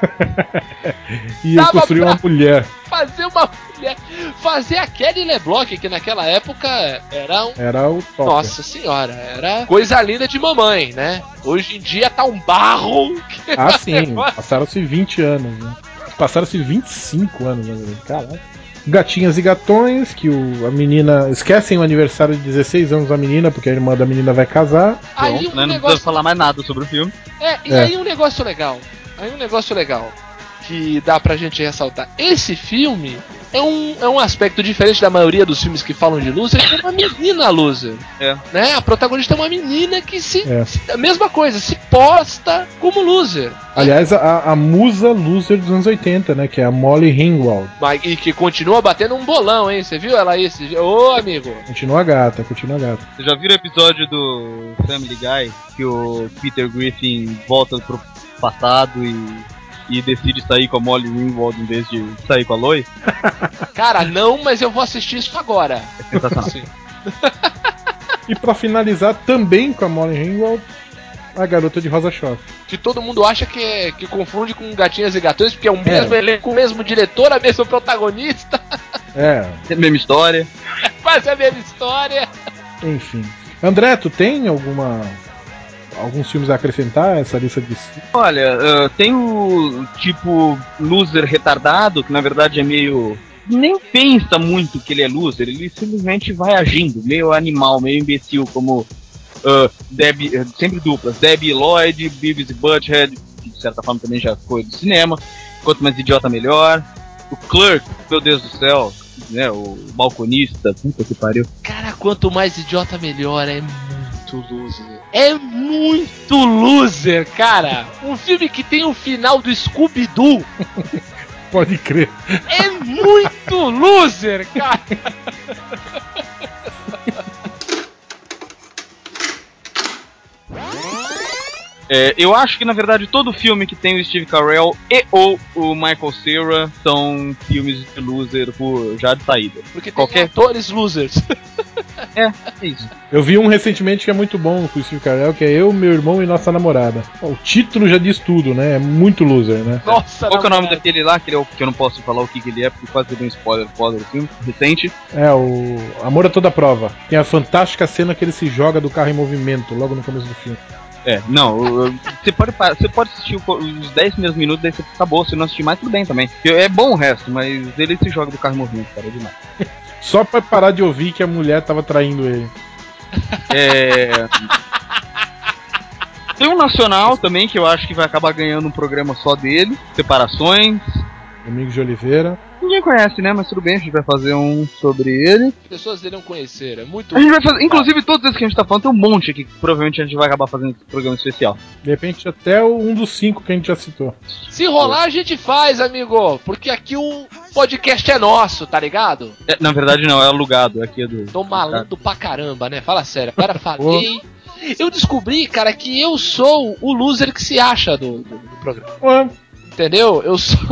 Speaker 4: E eu construí uma mulher.
Speaker 2: Fazer uma mulher. Fazer a Kelly LeBlanc, que naquela época era um.
Speaker 4: Era o top.
Speaker 2: Nossa senhora, era coisa linda de mamãe, né? Hoje em dia tá um barro.
Speaker 4: Ah, sim. Passaram-se vinte anos, né? Passaram-se vinte e cinco anos, na verdade. Caralho. Gatinhas e Gatões, que o, a menina... Esquecem o aniversário de dezesseis anos da menina, porque a irmã da menina vai casar.
Speaker 2: Aí
Speaker 5: Pronto,
Speaker 2: um
Speaker 5: né? Não
Speaker 2: negócio...
Speaker 5: precisa falar mais nada sobre o filme.
Speaker 2: É, e
Speaker 4: É.
Speaker 2: aí um negócio legal. Aí um negócio legal que dá pra gente ressaltar. Esse filme é um, é um aspecto diferente da maioria dos filmes que falam de loser, é uma menina loser.
Speaker 5: É.
Speaker 2: Né? A protagonista é uma menina que se...
Speaker 4: É.
Speaker 2: se a mesma coisa, se posta como loser.
Speaker 4: Aliás, a, a musa loser dos anos oitenta, né? Que é a Molly Ringwald.
Speaker 2: Mas, e que continua batendo um bolão, hein? Você viu ela aí esse dia? Ô, amigo!
Speaker 4: Continua gata, continua gata.
Speaker 5: Você já viram o episódio do Family Guy que o Peter Griffin volta pro passado e... E decide sair com a Molly Ringwald em vez de sair com a Lois?
Speaker 2: Cara, não, mas eu vou assistir isso agora.
Speaker 5: É sensacional.
Speaker 2: Sim.
Speaker 4: E pra finalizar, também com a Molly Ringwald, a Garota de Rosa Choque.
Speaker 2: Que todo mundo acha que, é, que confunde com Gatinhas e Gatões, porque é o mesmo elenco, o mesmo diretor, a mesma protagonista.
Speaker 4: É.
Speaker 5: É a mesma história.
Speaker 2: É quase a mesma história.
Speaker 4: Enfim. André, tu tem alguma... alguns filmes a acrescentar essa lista de...
Speaker 5: Olha, uh, tem o tipo loser retardado, que na verdade é meio... nem pensa muito que ele é loser, ele simplesmente vai agindo, meio animal, meio imbecil, como uh, Debbie, sempre duplas, Debbie Lloyd, Beavis e Butthead, que de certa forma também já foi do cinema. Quanto mais idiota, melhor. O Clerk, meu Deus do céu, né, o balconista, puta que pariu.
Speaker 2: Cara, quanto mais idiota, melhor, é muito loser. É muito loser, cara. Um filme que tem o final do Scooby-Doo.
Speaker 4: Pode crer.
Speaker 2: É muito loser, cara.
Speaker 5: É, eu acho que na verdade todo filme que tem o Steve Carell e ou o Michael Cera são filmes de loser por já de saída.
Speaker 2: Porque
Speaker 5: qualquer
Speaker 2: tem atores losers.
Speaker 5: É, é isso.
Speaker 4: Eu vi um recentemente que é muito bom com o Steve Carell, que é Eu, Meu Irmão e Nossa Namorada. O título já diz tudo, né? É muito loser, né?
Speaker 2: Nossa,
Speaker 5: qual que é o nome daquele lá, que, ele é o, que eu não posso falar o que, que ele é, porque quase deu um spoiler foda do filme recente.
Speaker 4: É, o Amor a Toda Prova. Tem a fantástica cena que ele se joga do carro em movimento, logo no começo do filme.
Speaker 5: É, não, você pode, você pode assistir os dez primeiros minutos, daí você acabou, se não assistir mais, tudo bem também. É bom o resto, mas ele se joga do carro em movimento, cara, é demais.
Speaker 4: Só pra parar de ouvir que a mulher tava traindo ele.
Speaker 5: É... Tem um nacional também, que eu acho que vai acabar ganhando um programa só dele, Separações.
Speaker 4: Domingos de Oliveira.
Speaker 5: Ninguém conhece, né? Mas tudo bem, a gente vai fazer um sobre ele.
Speaker 2: As pessoas iriam conhecer, é muito...
Speaker 5: A gente vai fazer, inclusive todos esses que a gente tá falando, tem um monte aqui que provavelmente a gente vai acabar fazendo esse programa especial.
Speaker 4: De repente até um dos cinco que a gente já citou.
Speaker 2: Se rolar, a gente faz, amigo, porque aqui o podcast é nosso, tá ligado?
Speaker 5: É, na verdade não, é alugado, aqui é do...
Speaker 2: Tô malandro pra caramba, né? Fala sério, agora falei... Eu descobri, cara, que eu sou o loser que se acha do, do, do programa.
Speaker 4: Ué.
Speaker 2: Entendeu? Eu sou...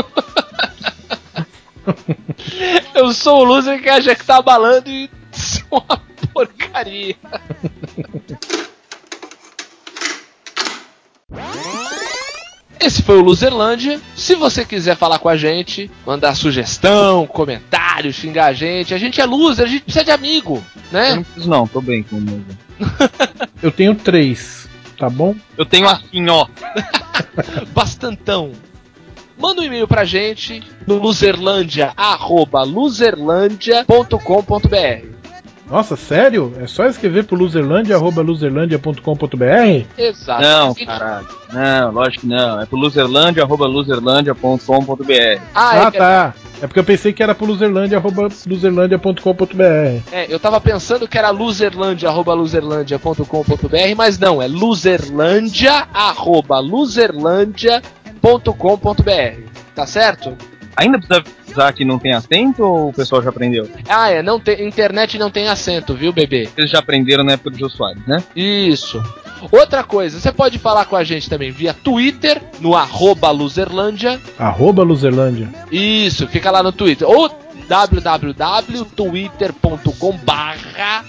Speaker 2: Eu sou o loser que acha que tá abalando e sou uma porcaria. Esse foi o Loserlândia. Se você quiser falar com a gente, mandar sugestão, comentário, xingar a gente, a gente é loser, a gente precisa de amigo, né?
Speaker 5: Eu não preciso não, tô bem com o loser.
Speaker 4: Eu tenho três, tá bom?
Speaker 5: Eu tenho assim, ó.
Speaker 2: Bastantão. Manda um e-mail pra gente no loserlandia, arroba loserlandia ponto com ponto br.
Speaker 4: Nossa, sério? É só escrever pro loserlandia, arroba loserlandia ponto com ponto br?
Speaker 2: Exato.
Speaker 5: Não, caralho. Não, lógico que não. É pro loserlandia, arroba loserlandia ponto com ponto br.
Speaker 4: Ah, ah é tá. É porque eu pensei que era pro loserlandia, arroba loserlandia ponto com ponto br.
Speaker 2: É, eu tava pensando que era loserlandia, arroba loserlandia ponto com ponto br, mas não, é loserlandia, arroba loserlandia ponto com ponto br. Tá certo?
Speaker 5: Ainda precisa avisar que não tem acento ou o pessoal já aprendeu?
Speaker 2: Ah, é, não tem, internet não tem acento, viu, bebê?
Speaker 5: Eles já aprenderam na época do Jô Soares, né?
Speaker 2: Isso. Outra coisa, você pode falar com a gente também via Twitter, no arroba loserlandia.
Speaker 4: Arroba loserlandia.
Speaker 2: Isso, fica lá no Twitter. Ou w w w ponto twitter ponto com barra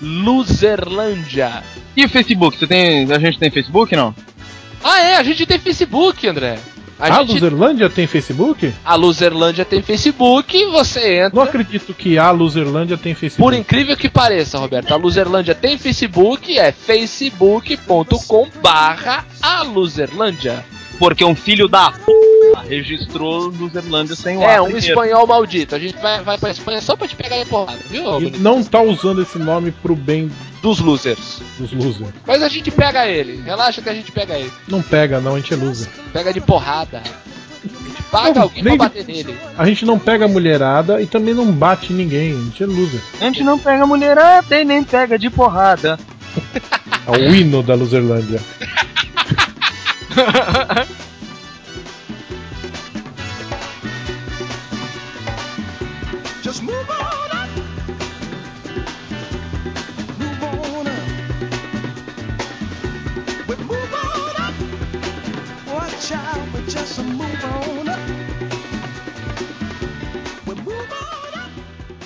Speaker 2: loserlandia.
Speaker 5: E o Facebook? Você tem, a gente tem Facebook, não?
Speaker 2: Ah, é, a gente tem Facebook, André.
Speaker 4: A, a gente... Loserlândia tem Facebook?
Speaker 2: A Loserlândia tem Facebook, você entra...
Speaker 4: Não acredito que a Loserlândia tem Facebook.
Speaker 2: Por incrível que pareça, Roberto, a Loserlândia tem Facebook, é facebook ponto com barra a Loserlândia.
Speaker 5: Porque um filho da p... registrou Loserlândia sem o
Speaker 2: É, um primeiro. Espanhol maldito. A gente vai, vai pra Espanha só pra te pegar em porrada, viu?
Speaker 4: E não tá usando esse nome pro bem
Speaker 2: dos losers.
Speaker 4: Dos losers.
Speaker 2: Mas a gente pega ele. Relaxa que a gente pega ele.
Speaker 4: Não pega, não. A gente é loser.
Speaker 2: Pega de porrada. A gente paga não, alguém pra bater de... nele.
Speaker 4: A gente não pega mulherada e também não bate ninguém. A gente é loser.
Speaker 5: A gente não pega mulherada e nem pega de porrada.
Speaker 4: É o hino da Loserlândia.
Speaker 18: Just move on up. Move on up. We move on up. Watch out, we just move on up. We move on up.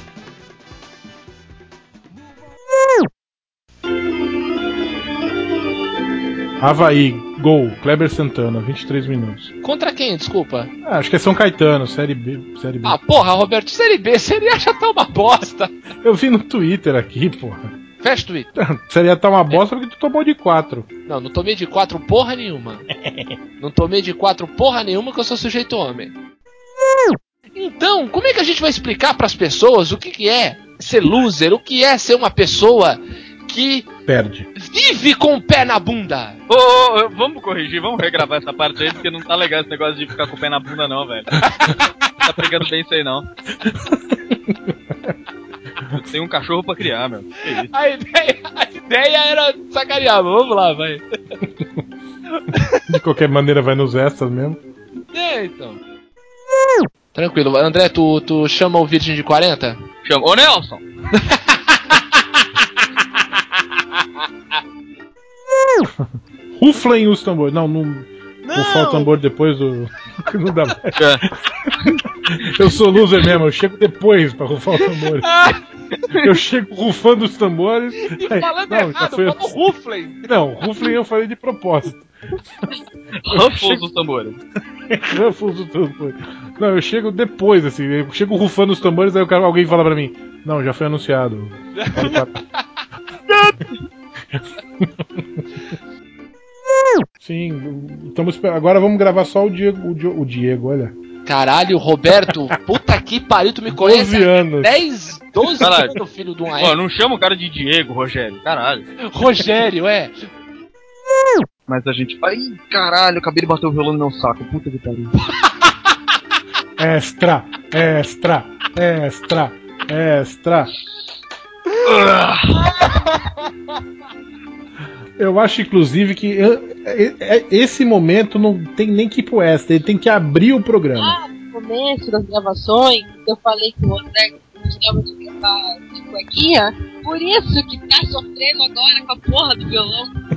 Speaker 4: Havaí, gol, Kleber Santana, vinte e três minutos.
Speaker 2: Contra quem, desculpa?
Speaker 4: Ah, acho que é São Caetano, Série B, Série B.
Speaker 2: Ah, porra, Roberto, Série B, Série A já tá uma bosta.
Speaker 4: Eu vi no Twitter aqui, porra.
Speaker 2: Fecha o Twitter.
Speaker 4: Seria tá uma bosta porque tu tomou de quatro.
Speaker 2: Não, não tomei de quatro porra nenhuma. Não tomei de quatro porra nenhuma que eu sou sujeito homem. Então, como é que a gente vai explicar pras pessoas o que, que é ser loser? O que é ser uma pessoa que
Speaker 4: perde,
Speaker 2: vive com o pé na bunda?
Speaker 5: Ô, oh, oh, vamos corrigir, vamos regravar essa parte aí, porque não tá legal esse negócio de ficar com o pé na bunda não, velho. Não tá pegando bem isso aí não. Tem um cachorro pra criar, meu. Que isso?
Speaker 2: A ideia, a ideia era sacanear, mas vamos lá, vai.
Speaker 4: De qualquer maneira vai nos extras mesmo.
Speaker 2: É, então. Tranquilo. André, tu, tu chama o Virgem de quarenta?
Speaker 5: Chama. Ô, Nelson!
Speaker 4: Ruflem os tambores. Não, não. Rufar o tambor depois do. Não dá mais. Eu sou loser mesmo, eu chego depois pra rufar o tambor. Eu chego rufando os tambores.
Speaker 2: E
Speaker 4: aí,
Speaker 2: falando
Speaker 4: não,
Speaker 2: errado,
Speaker 4: foi...
Speaker 2: fala Ruflem.
Speaker 4: Não, Ruflem eu falei de propósito.
Speaker 5: Ruffles
Speaker 4: chego...
Speaker 5: os tambores.
Speaker 4: Ruffles os tambores. Não, eu chego depois, assim, eu chego rufando os tambores, aí alguém fala pra mim, não, já foi anunciado. Sim, estamos, agora vamos gravar só o Diego, o Diego, o Diego, olha.
Speaker 2: Caralho, Roberto, puta que pariu, tu me conhece
Speaker 4: doze anos.
Speaker 2: dez, doze
Speaker 5: Caralho.
Speaker 2: anos, filho de um
Speaker 5: Ó, não chama o cara de Diego, Rogério, caralho.
Speaker 2: Rogério, é.
Speaker 5: Mas a gente... Ai, caralho, acabei de bater o violão no meu saco, puta que pariu.
Speaker 4: Extra, extra, extra, extra. Eu acho, inclusive, que esse momento não tem nem que ir pro extra, ele tem que abrir o programa.
Speaker 19: Ah, no começo das gravações, eu falei que o André gostava de gravar de cuequinha, por isso que tá sofrendo agora com a porra do violão.